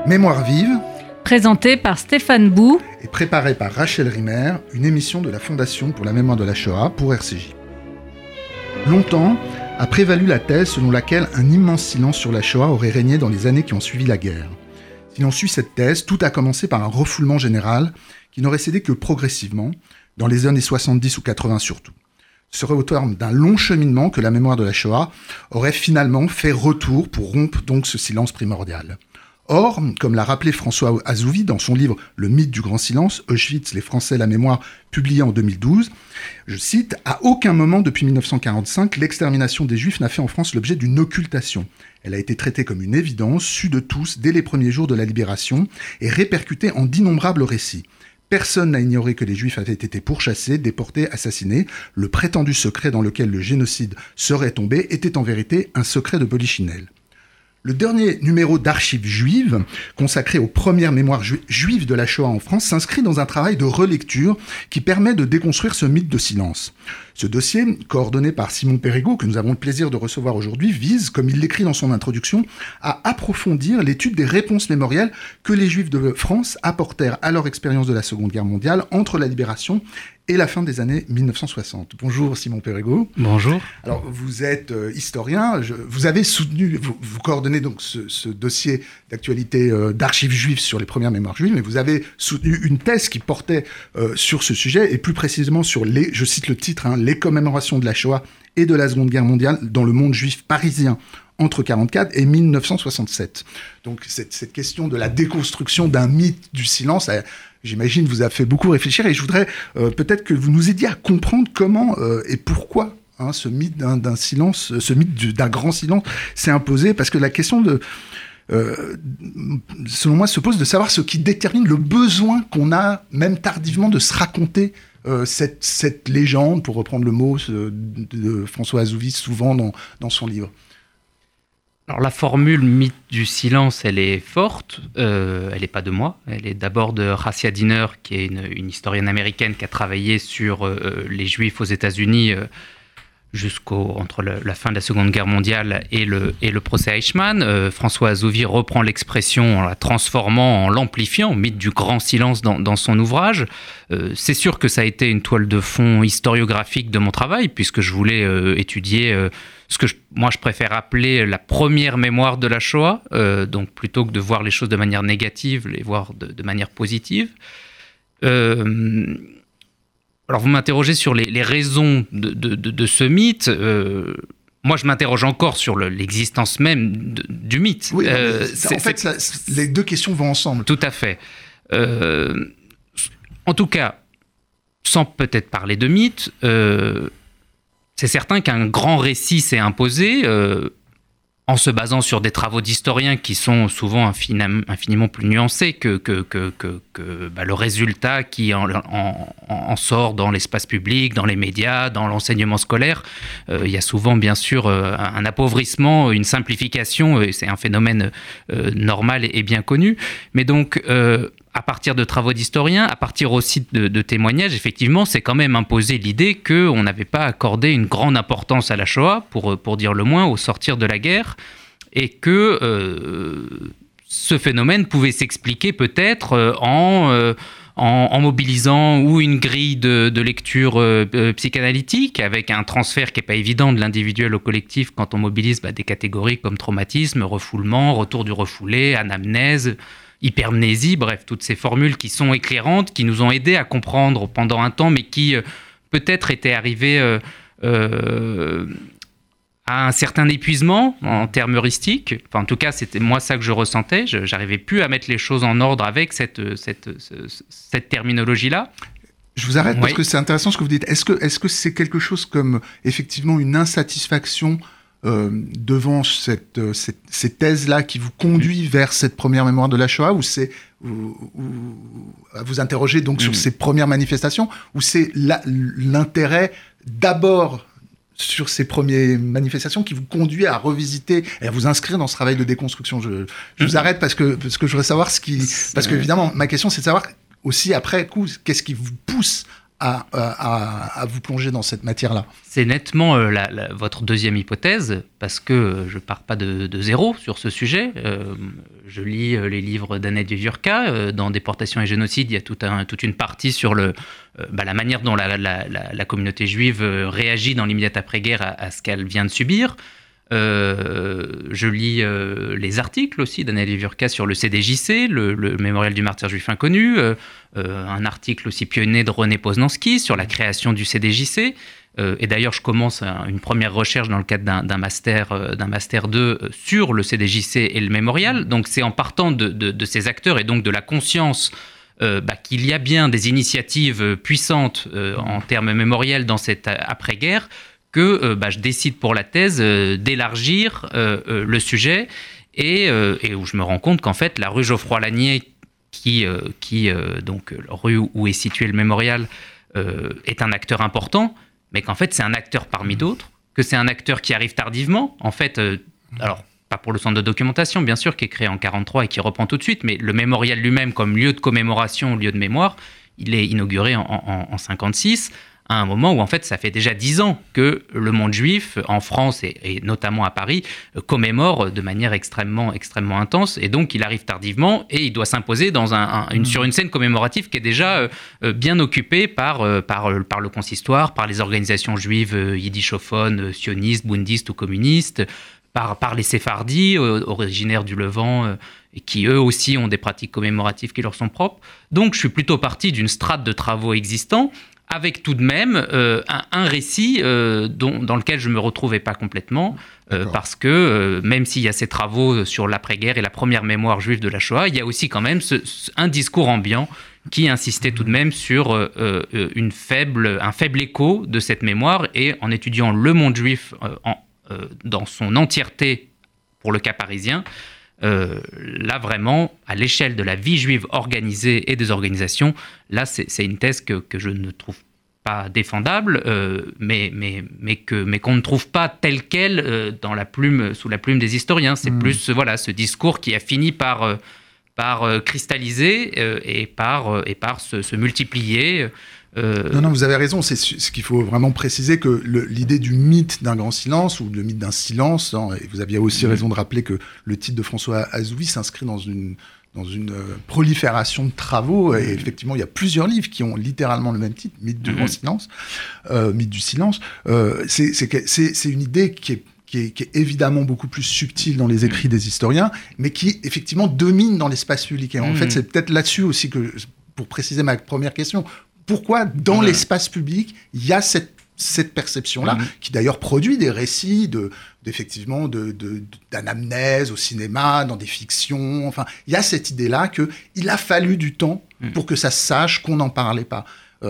Mémoire vive, présenté par Stéphane Bou et préparée par Rachel Rimmer, une émission de la Fondation pour la mémoire de la Shoah pour RCJ. Longtemps a prévalu la thèse selon laquelle un immense silence sur la Shoah aurait régné dans les années qui ont suivi la guerre. Si l'on suit cette thèse, tout a commencé par un refoulement général qui n'aurait cédé que progressivement, dans les années 70 ou 80 surtout. Ce serait au terme d'un long cheminement que la mémoire de la Shoah aurait finalement fait retour pour rompre donc ce silence primordial. Or, comme l'a rappelé François Azouvi dans son livre « Le mythe du grand silence, Auschwitz, les Français, la mémoire », publié en 2012, je cite « À aucun moment depuis 1945, l'extermination des Juifs n'a fait en France l'objet d'une occultation. Elle a été traitée comme une évidence, sue de tous dès les premiers jours de la libération et répercutée en d'innombrables récits. Personne n'a ignoré que les Juifs avaient été pourchassés, déportés, assassinés. Le prétendu secret dans lequel le génocide serait tombé était en vérité un secret de polichinelle. » Le dernier numéro d'Archives juives, consacré aux premières mémoires juives de la Shoah en France, s'inscrit dans un travail de relecture qui permet de déconstruire ce mythe de silence. Ce dossier, coordonné par Simon Perregaux, que nous avons le plaisir de recevoir aujourd'hui, vise, comme il l'écrit dans son introduction, à approfondir l'étude des réponses mémorielles que les Juifs de France apportèrent à leur expérience de la Seconde Guerre mondiale entre la libération et la fin des années 1960. Bonjour Simon Perregaux. Bonjour. Alors vous êtes historien, vous avez soutenu, vous coordonnez donc ce dossier d'actualité d'archives juives sur les premières mémoires juives, mais vous avez soutenu une thèse qui portait sur ce sujet et plus précisément sur je cite le titre, les commémorations de la Shoah et de la Seconde Guerre mondiale dans le monde juif parisien entre 1944 et 1967. Donc cette question de la déconstruction d'un mythe du silence, j'imagine, vous a fait beaucoup réfléchir et je voudrais peut-être que vous nous aidiez à comprendre comment et pourquoi ce mythe d'un silence, ce mythe d'un grand silence s'est imposé, parce que la question selon moi, se pose de savoir ce qui détermine le besoin qu'on a, même tardivement, de se raconter cette légende, pour reprendre le mot de François Azouvi souvent dans son livre. Alors la formule mythe du silence, elle est forte, elle n'est pas de moi, elle est d'abord de Rassia Diner, qui est une historienne américaine qui a travaillé sur les Juifs aux États-Unis entre la fin de la Seconde Guerre mondiale et le procès Eichmann. François Azouvi reprend l'expression en la transformant, en l'amplifiant, mythe du grand silence dans son ouvrage. C'est sûr que ça a été une toile de fond historiographique de mon travail, puisque je voulais étudier ce que je préfère appeler la première mémoire de la Shoah, donc plutôt que de voir les choses de manière négative, les voir de manière positive. Alors vous m'interrogez sur les raisons de ce mythe. Moi, je m'interroge encore sur l'existence même du mythe. Oui, les deux questions vont ensemble. Tout à fait. En tout cas, sans peut-être parler de mythe, c'est certain qu'un grand récit s'est imposé en se basant sur des travaux d'historiens qui sont souvent infiniment plus nuancés que le résultat qui en sort dans l'espace public, dans les médias, dans l'enseignement scolaire. Il y a souvent, bien sûr, un appauvrissement, une simplification, et c'est un phénomène normal et bien connu. Mais donc, à partir de travaux d'historiens, à partir aussi de témoignages, effectivement, c'est quand même imposé l'idée qu'on n'avait pas accordé une grande importance à la Shoah, pour dire le moins, au sortir de la guerre, et que ce phénomène pouvait s'expliquer peut-être en mobilisant ou une grille de lecture psychanalytique, avec un transfert qui n'est pas évident de l'individuel au collectif quand on mobilise des catégories comme traumatisme, refoulement, retour du refoulé, anamnèse, hypermnésie, bref, toutes ces formules qui sont éclairantes, qui nous ont aidés à comprendre pendant un temps, mais qui peut-être étaient arrivées à un certain épuisement en termes heuristiques. Enfin, en tout cas, c'était moi ça que je ressentais. Je n'arrivais plus à mettre les choses en ordre avec cette terminologie-là. Je vous arrête parce que c'est intéressant ce que vous dites. Est-ce que c'est quelque chose comme effectivement une insatisfaction devant ces thèses-là qui vous conduit vers cette première mémoire de la Shoah, ou c'est à vous interroger donc sur ces premières manifestations, ou c'est l'intérêt d'abord sur ces premières manifestations qui vous conduit à revisiter et à vous inscrire dans ce travail de déconstruction? Je vous arrête parce que je voudrais savoir parce que évidemment ma question c'est de savoir aussi après coup qu'est-ce qui vous pousse à vous plonger dans cette matière-là? C'est nettement votre deuxième hypothèse, parce que je ne pars pas de zéro sur ce sujet. Je lis les livres d'Annette Viviurka. Dans Déportation et génocide, il y a toute une partie sur la manière dont la communauté juive réagit dans l'immédiat après-guerre à ce qu'elle vient de subir. Je lis les articles aussi d'Annette Viviurka sur le CDJC, le mémorial du martyr juif inconnu, un article aussi pionnier de René Poznanski sur la création du CDJC. Et d'ailleurs, je commence une première recherche dans le cadre d'un master 2 sur le CDJC et le mémorial. Donc c'est en partant de ces acteurs et donc de la conscience qu'il y a bien des initiatives puissantes en termes mémoriels dans cette après-guerre que je décide pour la thèse d'élargir le sujet et où je me rends compte qu'en fait la rue Geoffroy-Lanier, donc rue où est situé le mémorial, est un acteur important, mais qu'en fait c'est un acteur parmi d'autres, que c'est un acteur qui arrive tardivement. En fait, alors pas pour le centre de documentation bien sûr qui est créé en 1943 et qui reprend tout de suite, mais le mémorial lui-même comme lieu de commémoration, lieu de mémoire, il est inauguré en 1956. À un moment où en fait ça fait déjà 10 ans que le monde juif en France et notamment à Paris commémore de manière extrêmement intense, et donc il arrive tardivement et il doit s'imposer sur une scène commémorative qui est déjà bien occupée par le consistoire, par les organisations juives yiddishophones, sionistes, bundistes ou communistes, par les séphardis originaires du Levant et qui eux aussi ont des pratiques commémoratives qui leur sont propres. Donc je suis plutôt parti d'une strate de travaux existants, avec tout de même un récit dans lequel je ne me retrouvais pas complètement, parce que même s'il y a ces travaux sur l'après-guerre et la première mémoire juive de la Shoah, il y a aussi quand même un discours ambiant qui insistait tout de même sur un faible écho de cette mémoire, et en étudiant le monde juif dans son entièreté pour le cas parisien, là vraiment, à l'échelle de la vie juive organisée et des organisations, là c'est une thèse que je ne trouve pas défendable, mais qu'on ne trouve pas telle quelle sous la plume des historiens. C'est plus ce discours qui a fini par cristalliser et par se multiplier. Non, vous avez raison. C'est ce qu'il faut vraiment préciser, que l'idée du mythe d'un grand silence ou le mythe d'un silence, et vous aviez aussi raison de rappeler que le titre de François Azoulay s'inscrit dans une prolifération de travaux, et effectivement il y a plusieurs livres qui ont littéralement le même titre, mythe du grand silence, mythe du silence. C'est une idée qui est évidemment beaucoup plus subtile dans les écrits des historiens, mais qui effectivement domine dans l'espace public. Et en fait, c'est peut-être là-dessus aussi que, pour préciser ma première question, pourquoi dans l'espace public il y a cette perception-là, qui d'ailleurs produit des récits d'anamnèse au cinéma, dans des fictions. Enfin, il y a cette idée-là qu'il a fallu du temps pour que ça se sache qu'on n'en parlait pas.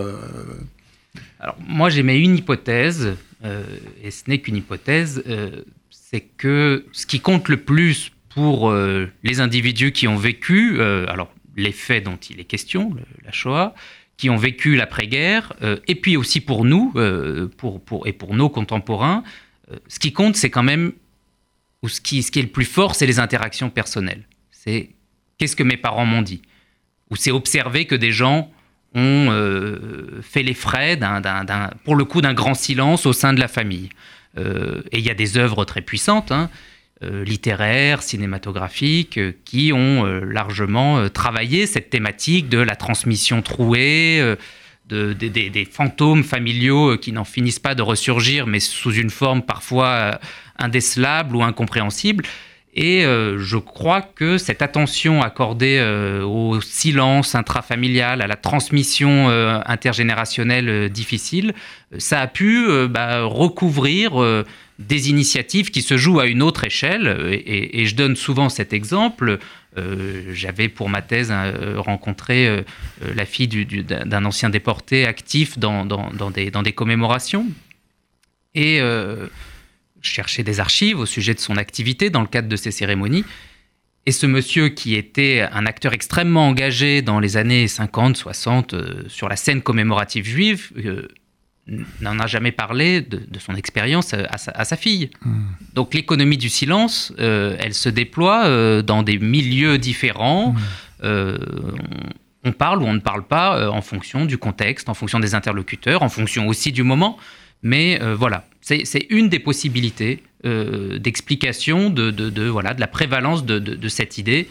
Alors, moi, j'émets une hypothèse, et ce n'est qu'une hypothèse, c'est que ce qui compte le plus pour les individus qui ont vécu, alors les faits dont il est question, la Shoah, qui ont vécu l'après-guerre, et puis aussi pour nous, pour nos contemporains, ce qui compte, c'est quand même, ou ce qui est le plus fort, c'est les interactions personnelles. C'est qu'est-ce que mes parents m'ont dit, ou c'est observer que des gens ont fait les frais pour le coup d'un grand silence au sein de la famille. Et il y a des œuvres très puissantes, littéraires, cinématographiques, qui ont largement travaillé cette thématique de la transmission trouée, des fantômes familiaux qui n'en finissent pas de ressurgir, mais sous une forme parfois indécelable ou incompréhensible. Et je crois que cette attention accordée au silence intrafamilial, à la transmission intergénérationnelle difficile, ça a pu recouvrir des initiatives qui se jouent à une autre échelle. Et je donne souvent cet exemple. J'avais pour ma thèse rencontré la fille d'un ancien déporté actif dans des commémorations. Et je cherchais des archives au sujet de son activité dans le cadre de ces cérémonies. Et ce monsieur, qui était un acteur extrêmement engagé dans les années 50, 60, sur la scène commémorative juive, n'en a jamais parlé de son expérience à sa fille. Donc l'économie du silence, elle se déploie dans des milieux différents. on parle ou on ne parle pas en fonction du contexte, en fonction des interlocuteurs, en fonction aussi du moment. Mais voilà, c'est une des possibilités d'explication de la prévalence de cette idée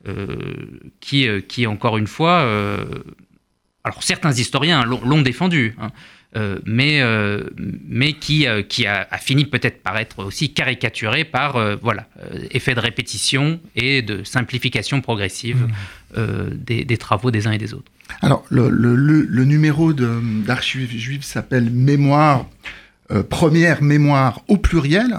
qui, encore une fois, alors certains historiens l'ont défendu, mais qui a fini peut-être par être aussi caricaturé par effet de répétition et de simplification progressive des travaux des uns et des autres. Alors, le numéro d'Archives juives s'appelle Mémoire, première mémoire au pluriel.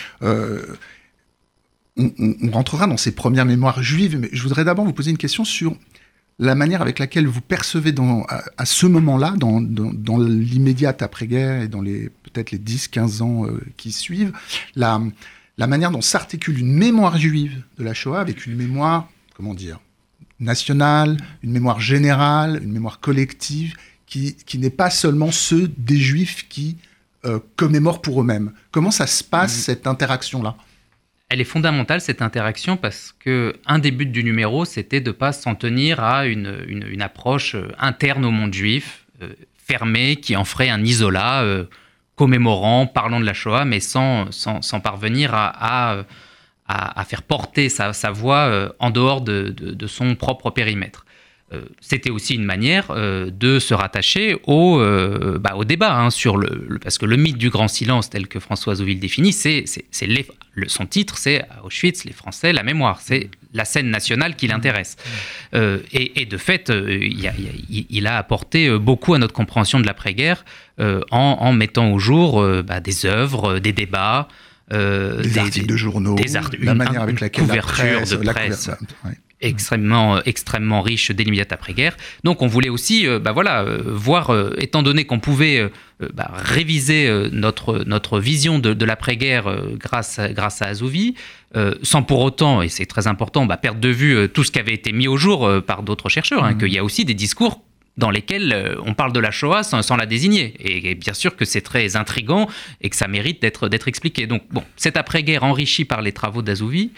On rentrera dans ces premières mémoires juives, mais je voudrais d'abord vous poser une question sur la manière avec laquelle vous percevez à ce moment-là, dans l'immédiate après-guerre et dans peut-être les 10-15 ans qui suivent, la manière dont s'articule une mémoire juive de la Shoah avec une mémoire, nationale, une mémoire générale, une mémoire collective, qui n'est pas seulement ceux des Juifs qui commémorent pour eux-mêmes. Comment ça se passe, cette interaction-là ? Elle est fondamentale, cette interaction, parce qu'un des buts du numéro, c'était de ne pas s'en tenir à une approche interne au monde juif, fermée, qui en ferait un isolat, commémorant, parlant de la Shoah, mais sans parvenir à faire porter sa voix en dehors de son propre périmètre. C'était aussi une manière de se rattacher au débat parce que le mythe du grand silence tel que François Azouvi le définit, son titre, c'est Auschwitz, les Français, la mémoire. C'est la scène nationale qui l'intéresse. Et de fait, il a apporté beaucoup à notre compréhension de l'après-guerre en mettant au jour des œuvres, des débats, des articles de journaux, la manière avec laquelle la presse... extrêmement riche dès l'immédiate après-guerre. Donc on voulait aussi voir, étant donné qu'on pouvait réviser notre vision de l'après-guerre grâce à Azouvi, sans pour autant, et c'est très important, perdre de vue tout ce qui avait été mis au jour par d'autres chercheurs, qu'il y a aussi des discours dans lesquels on parle de la Shoah sans la désigner. Et bien sûr que c'est très intriguant et que ça mérite d'être expliqué. Donc cette après-guerre enrichie par les travaux d'Azouvi,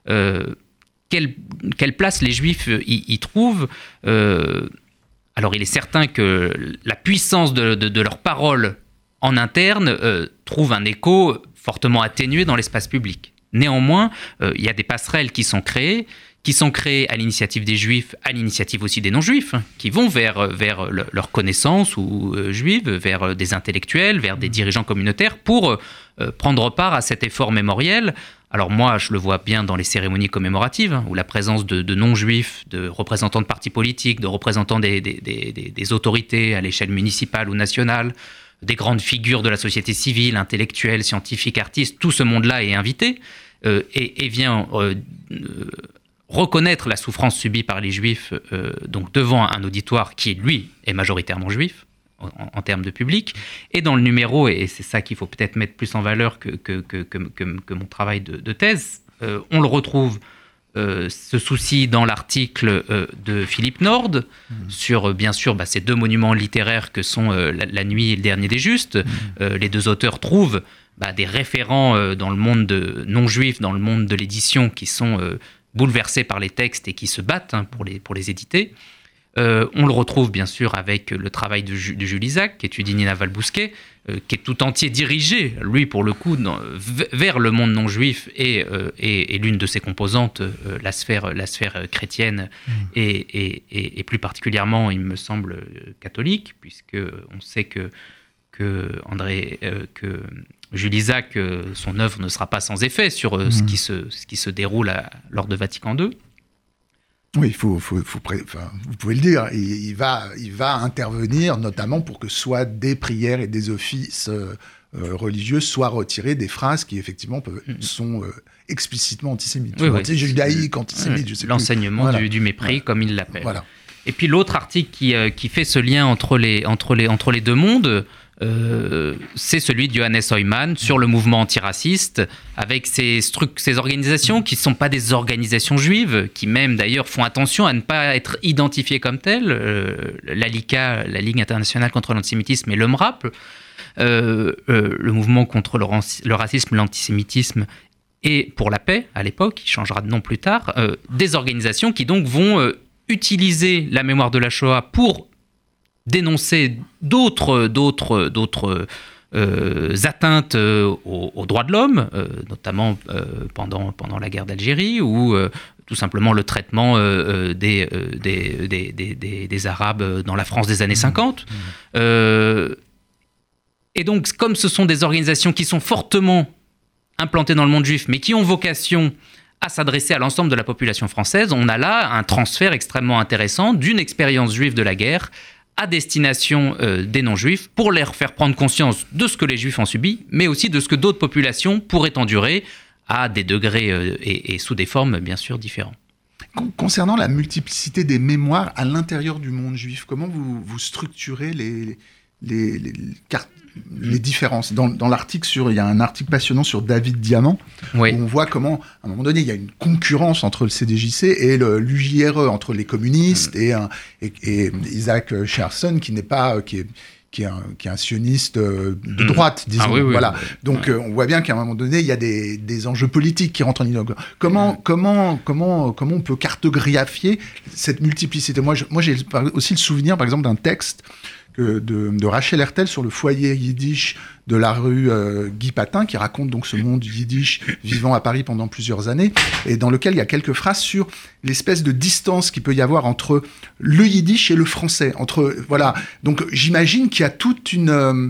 quelle place les Juifs y trouvent Alors, il est certain que la puissance de leurs paroles en interne trouve un écho fortement atténué dans l'espace public. Néanmoins, il y a des passerelles qui sont créées à l'initiative des Juifs, à l'initiative aussi des non-Juifs, qui vont vers leur connaissance juive, vers des intellectuels, vers des dirigeants communautaires, pour prendre part à cet effort mémoriel. Alors moi, je le vois bien dans les cérémonies commémoratives, où la présence de non-juifs, de représentants de partis politiques, de représentants des autorités à l'échelle municipale ou nationale, des grandes figures de la société civile, intellectuels, scientifiques, artistes, tout ce monde-là est invité et vient reconnaître la souffrance subie par les Juifs donc devant un auditoire qui, lui, est majoritairement juif, en termes de public. Et dans le numéro, et c'est ça qu'il faut peut-être mettre plus en valeur que mon travail de thèse, on le retrouve, ce souci dans l'article de Philippe Nord sur, bien sûr, ces deux monuments littéraires que sont La Nuit et Le Dernier des Justes. Les deux auteurs trouvent des référents dans le monde non-juif, dans le monde de l'édition, qui sont bouleversés par les textes et qui se battent pour les éditer. On le retrouve bien sûr avec le travail de Jules Isaac, qui étudie Nina Val-Bousquet, qui est tout entier dirigé, lui pour le coup, vers le monde non juif et l'une de ses composantes, la sphère chrétienne et plus particulièrement, il me semble, catholique, puisque on sait que Jules Isaac, son œuvre ne sera pas sans effet sur ce qui se déroule lors de Vatican II. Oui, vous pouvez le dire. Il va intervenir notamment pour que soit des prières et des offices religieux soient retirés des phrases qui effectivement sont explicitement antisémites, anti-judaïques, antisémites. Je sais l'enseignement plus. du mépris, comme il l'appelle. Voilà. Et puis l'autre article qui fait ce lien entre les deux mondes. C'est celui de Johannes Heumann sur le mouvement antiraciste, avec ces organisations qui ne sont pas des organisations juives, qui même d'ailleurs font attention à ne pas être identifiées comme telles, la LICA, la Ligue internationale contre l'antisémitisme, et le MRAP, le mouvement contre le racisme, l'antisémitisme et pour la paix, à l'époque, qui changera de nom plus tard, des organisations qui donc vont utiliser la mémoire de la Shoah pour dénoncer d'autres atteintes aux droits de l'homme, notamment pendant la guerre d'Algérie, ou tout simplement le traitement des Arabes dans la France des années 50. Et donc, comme ce sont des organisations qui sont fortement implantées dans le monde juif, mais qui ont vocation à s'adresser à l'ensemble de la population française, on a là un transfert extrêmement intéressant d'une expérience juive de la guerre à destination des non-juifs, pour leur faire prendre conscience de ce que les juifs ont subi, mais aussi de ce que d'autres populations pourraient endurer à des degrés et sous des formes bien sûr différents. Concernant la multiplicité des mémoires à l'intérieur du monde juif, comment vous structurez les différences dans l'article il y a un article passionnant sur David Diamant, oui. Où on voit comment, à un moment donné, il y a une concurrence entre le CDJC et l'UJRE, entre les communistes et Isaac Sherson, qui est un sioniste de droite, disons. Oui, voilà. Donc, on voit bien qu'à un moment donné, il y a des enjeux politiques qui rentrent en ligne. Comment on peut cartographier cette multiplicité ? Moi, j'ai aussi le souvenir, par exemple, d'un texte de Rachel Hertel sur le foyer yiddish de la rue Guy Patin, qui raconte donc ce monde yiddish vivant à Paris pendant plusieurs années, et dans lequel il y a quelques phrases sur l'espèce de distance qu'il peut y avoir entre le yiddish et le français. Voilà. Donc j'imagine qu'il y a toute une...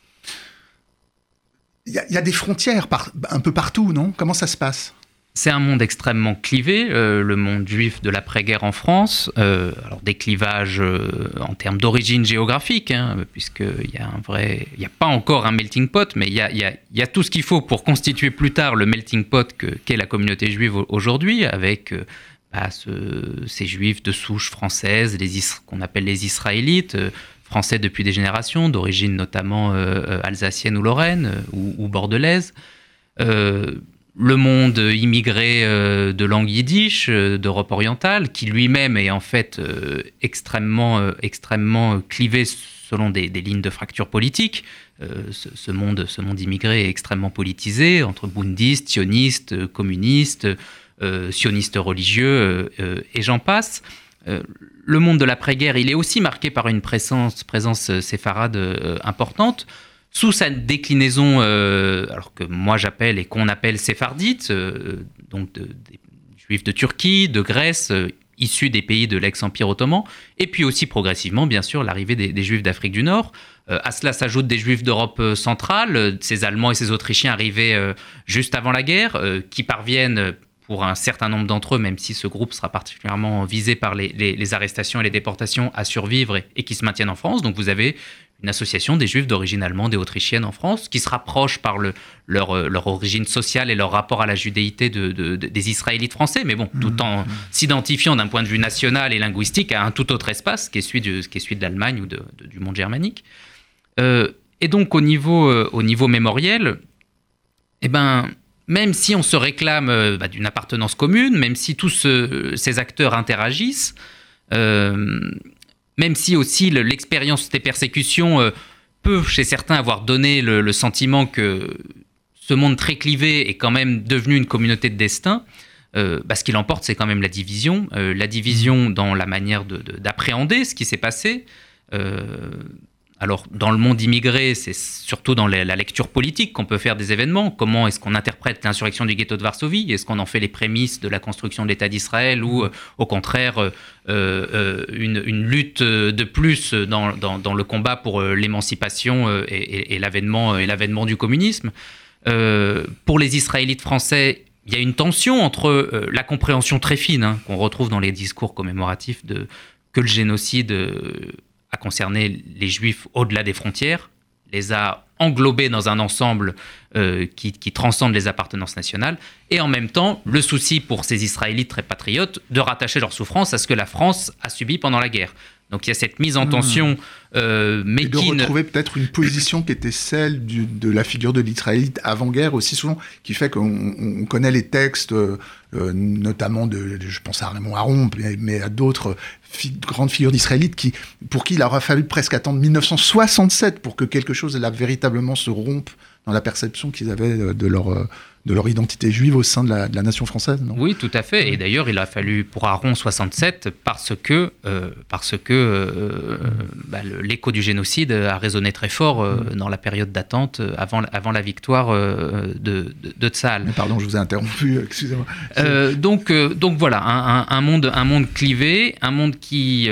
Il y a des frontières un peu partout, non ? Comment ça se passe ? C'est un monde extrêmement clivé, le monde juif de l'après-guerre en France. Alors des clivages en termes d'origine géographique, puisqu'il y a pas encore un melting pot, mais il y a tout ce qu'il faut pour constituer plus tard le melting pot qu'est la communauté juive aujourd'hui, avec ces juifs de souche française, qu'on appelle les Israélites, français depuis des générations, d'origine notamment alsacienne ou lorraine ou bordelaise. Le monde immigré de langue yiddish, d'Europe orientale, qui lui-même est en fait extrêmement clivé selon des lignes de fracture politique. Ce monde immigré est extrêmement politisé entre bundistes, sionistes, communistes, sionistes religieux, et j'en passe. Le monde de l'après-guerre, il est aussi marqué par une présence séfarade importante, sous sa déclinaison, alors que moi j'appelle et qu'on appelle séfardite, donc des juifs de Turquie, de Grèce, issus des pays de l'ex-empire ottoman, et puis aussi progressivement, bien sûr, l'arrivée des juifs d'Afrique du Nord. À cela s'ajoutent des juifs d'Europe centrale, ces Allemands et ces Autrichiens arrivés juste avant la guerre, qui parviennent, pour un certain nombre d'entre eux, même si ce groupe sera particulièrement visé par les arrestations et les déportations, à survivre et qui se maintiennent en France. Donc vous avez une association des juifs d'origine allemande et autrichienne en France, qui se rapproche par leur origine sociale et leur rapport à la judéité des Israélites français, mais bon, tout en s'identifiant d'un point de vue national et linguistique à un tout autre espace, qui est celui de l'Allemagne ou du monde germanique. Et donc au niveau mémoriel, même si on se réclame d'une appartenance commune, même si tous ces acteurs interagissent, même si aussi l'expérience des persécutions peut, chez certains, avoir donné le sentiment que ce monde très clivé est quand même devenu une communauté de destin, ce qui l'emporte, c'est quand même la division dans la manière d'appréhender ce qui s'est passé. Alors, dans le monde immigré, c'est surtout dans la lecture politique qu'on peut faire des événements. Comment est-ce qu'on interprète l'insurrection du ghetto de Varsovie ? Est-ce qu'on en fait les prémices de la construction de l'État d'Israël ou, au contraire, une lutte de plus dans le combat pour l'émancipation et l'avènement du communisme ? Pour les Israélites français, il y a une tension entre la compréhension très fine qu'on retrouve dans les discours commémoratifs que le génocide a concerné les Juifs au-delà des frontières, les a englobés dans un ensemble qui transcende les appartenances nationales, et en même temps, le souci pour ces Israélites très patriotes de rattacher leur souffrance à ce que la France a subi pendant la guerre. Donc il y a cette mise en tension, mais et de retrouver peut-être une position qui était celle de la figure de l'Israélite avant-guerre aussi souvent, qui fait qu'on connaît les textes, notamment je pense à Raymond Aron, mais à d'autres grandes figures d'Israélites pour qui il aura fallu presque attendre 1967 pour que quelque chose là véritablement se rompe dans la perception qu'ils avaient de leur identité juive au sein de la nation française, non ? Oui, tout à fait. Et d'ailleurs, il a fallu pour Aaron 67 parce que l'écho du génocide a résonné très fort dans la période d'attente avant la victoire de Tsahal. Mais pardon, je vous ai interrompu, excusez-moi. Donc voilà, un monde clivé, un monde qui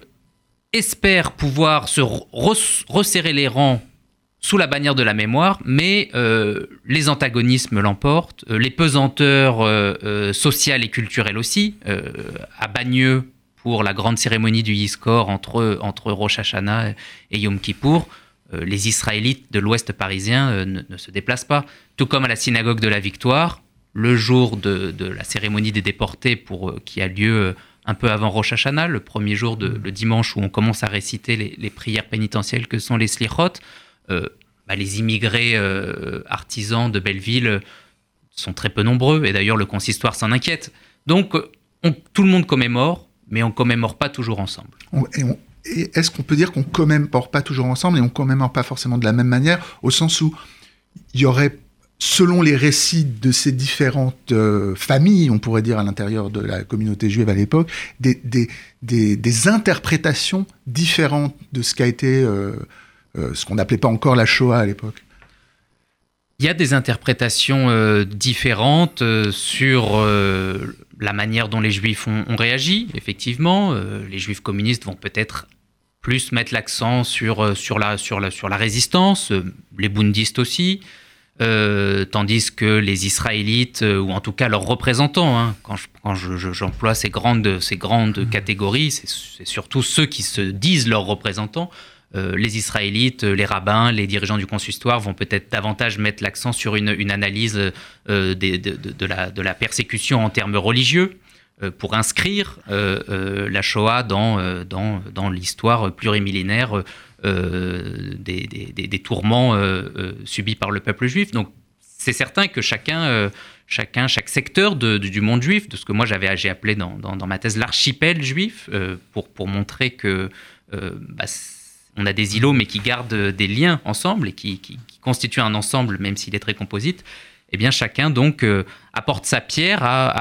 espère pouvoir se resserrer les rangs sous la bannière de la mémoire, mais les antagonismes l'emportent, les pesanteurs sociales et culturelles aussi. À Bagneux, pour la grande cérémonie du Yizkor entre Rosh Hashanah et Yom Kippour, les Israélites de l'Ouest parisien ne se déplacent pas. Tout comme à la synagogue de la Victoire, le jour de la cérémonie des déportés qui a lieu un peu avant Rosh Hashanah, le premier jour, le dimanche où on commence à réciter les prières pénitentielles que sont les slichot, les immigrés artisans de Belleville sont très peu nombreux, et d'ailleurs le consistoire s'en inquiète. Donc tout le monde commémore, mais on ne commémore pas toujours ensemble. Et est-ce qu'on peut dire qu'on ne commémore pas toujours ensemble, et on ne commémore pas forcément de la même manière, au sens où il y aurait, selon les récits de ces différentes familles, on pourrait dire à l'intérieur de la communauté juive à l'époque, des interprétations différentes de ce qu'a été... ce qu'on n'appelait pas encore la Shoah à l'époque. Il y a des interprétations différentes sur la manière dont les Juifs ont réagi. Effectivement, les Juifs communistes vont peut-être plus mettre l'accent sur la résistance, les bundistes aussi, tandis que les Israélites, ou en tout cas leurs représentants, quand j'emploie ces grandes catégories, c'est surtout ceux qui se disent leurs représentants. Les Israélites, les rabbins, les dirigeants du consistoire vont peut-être davantage mettre l'accent sur une analyse de la persécution en termes religieux pour inscrire la Shoah dans l'histoire plurimillénaire des tourments subis par le peuple juif. Donc c'est certain que chaque secteur du monde juif, de ce que moi j'ai appelé dans ma thèse l'archipel juif, pour montrer que on a des îlots, mais qui gardent des liens ensemble et qui constituent un ensemble, même s'il est très composite. Eh bien, chacun donc apporte sa pierre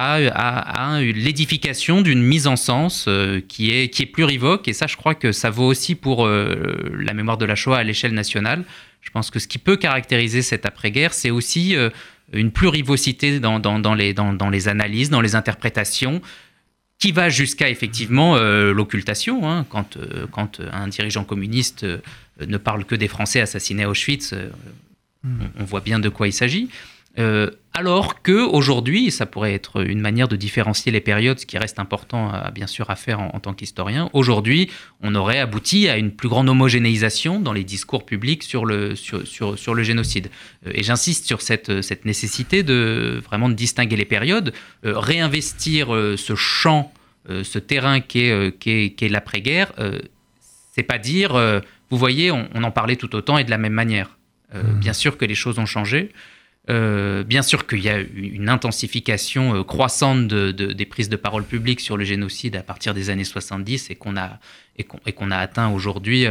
à l'édification d'une mise en sens qui est plurivoque. Et ça, je crois que ça vaut aussi pour la mémoire de la Shoah à l'échelle nationale. Je pense que ce qui peut caractériser cette après-guerre, c'est aussi une plurivocité dans les analyses, dans les interprétations, qui va jusqu'à effectivement l'occultation. Quand un dirigeant communiste ne parle que des Français assassinés à Auschwitz, on voit bien de quoi il s'agit. Alors qu'aujourd'hui, et ça pourrait être une manière de différencier les périodes, ce qui reste important bien sûr à faire en tant qu'historien, aujourd'hui, on aurait abouti à une plus grande homogénéisation dans les discours publics sur le génocide. Et j'insiste sur cette nécessité de distinguer les périodes, réinvestir ce champ, ce terrain qui est l'après-guerre. C'est pas dire, vous voyez, on en parlait tout autant et de la même manière. Bien sûr que les choses ont changé. Bien sûr qu'il y a une intensification croissante des prises de parole publiques sur le génocide à partir des années 70 et qu'on a atteint aujourd'hui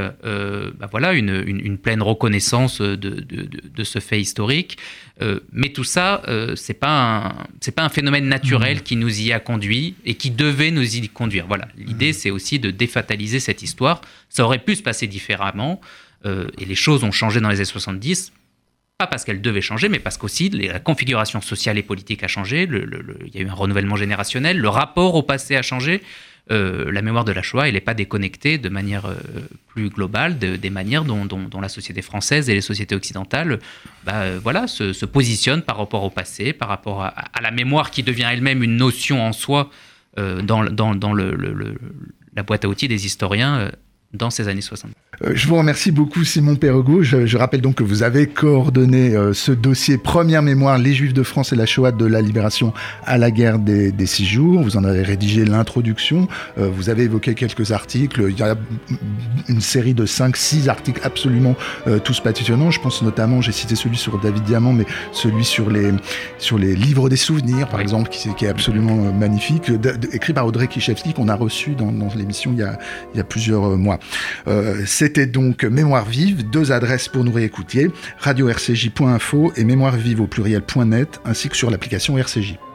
une pleine reconnaissance de ce fait historique. Mais tout ça, c'est pas un phénomène naturel qui nous y a conduit et qui devait nous y conduire. Voilà. L'idée, c'est aussi de défataliser cette histoire. Ça aurait pu se passer différemment et les choses ont changé dans les années 70. Pas parce qu'elle devait changer, mais parce qu'aussi la configuration sociale et politique a changé, il y a eu un renouvellement générationnel, le rapport au passé a changé. La mémoire de la Shoah, elle n'est pas déconnectée de manière plus globale des manières dont la société française et les sociétés occidentales se positionnent par rapport au passé, par rapport à la mémoire qui devient elle-même une notion en soi dans la boîte à outils des historiens dans ces années 60. Je vous remercie beaucoup, Simon Perregaux. Je rappelle donc que vous avez coordonné ce dossier Première mémoire, les Juifs de France et la Shoah de la libération à la guerre des 6 jours. Vous en avez rédigé l'introduction. Vous avez évoqué quelques articles. Il y a une série de 5-6 articles absolument tous passionnants. Je pense notamment, j'ai cité celui sur David Diamant, mais celui sur les livres des souvenirs, par exemple, qui est absolument magnifique, écrit par Audrey Kichevski, qu'on a reçu dans l'émission il y a plusieurs mois. Voilà. C'était donc Mémoire vive, 2 adresses pour nous réécouter, radio-rcj.info et mémoirevive au pluriel.net, ainsi que sur l'application RCJ.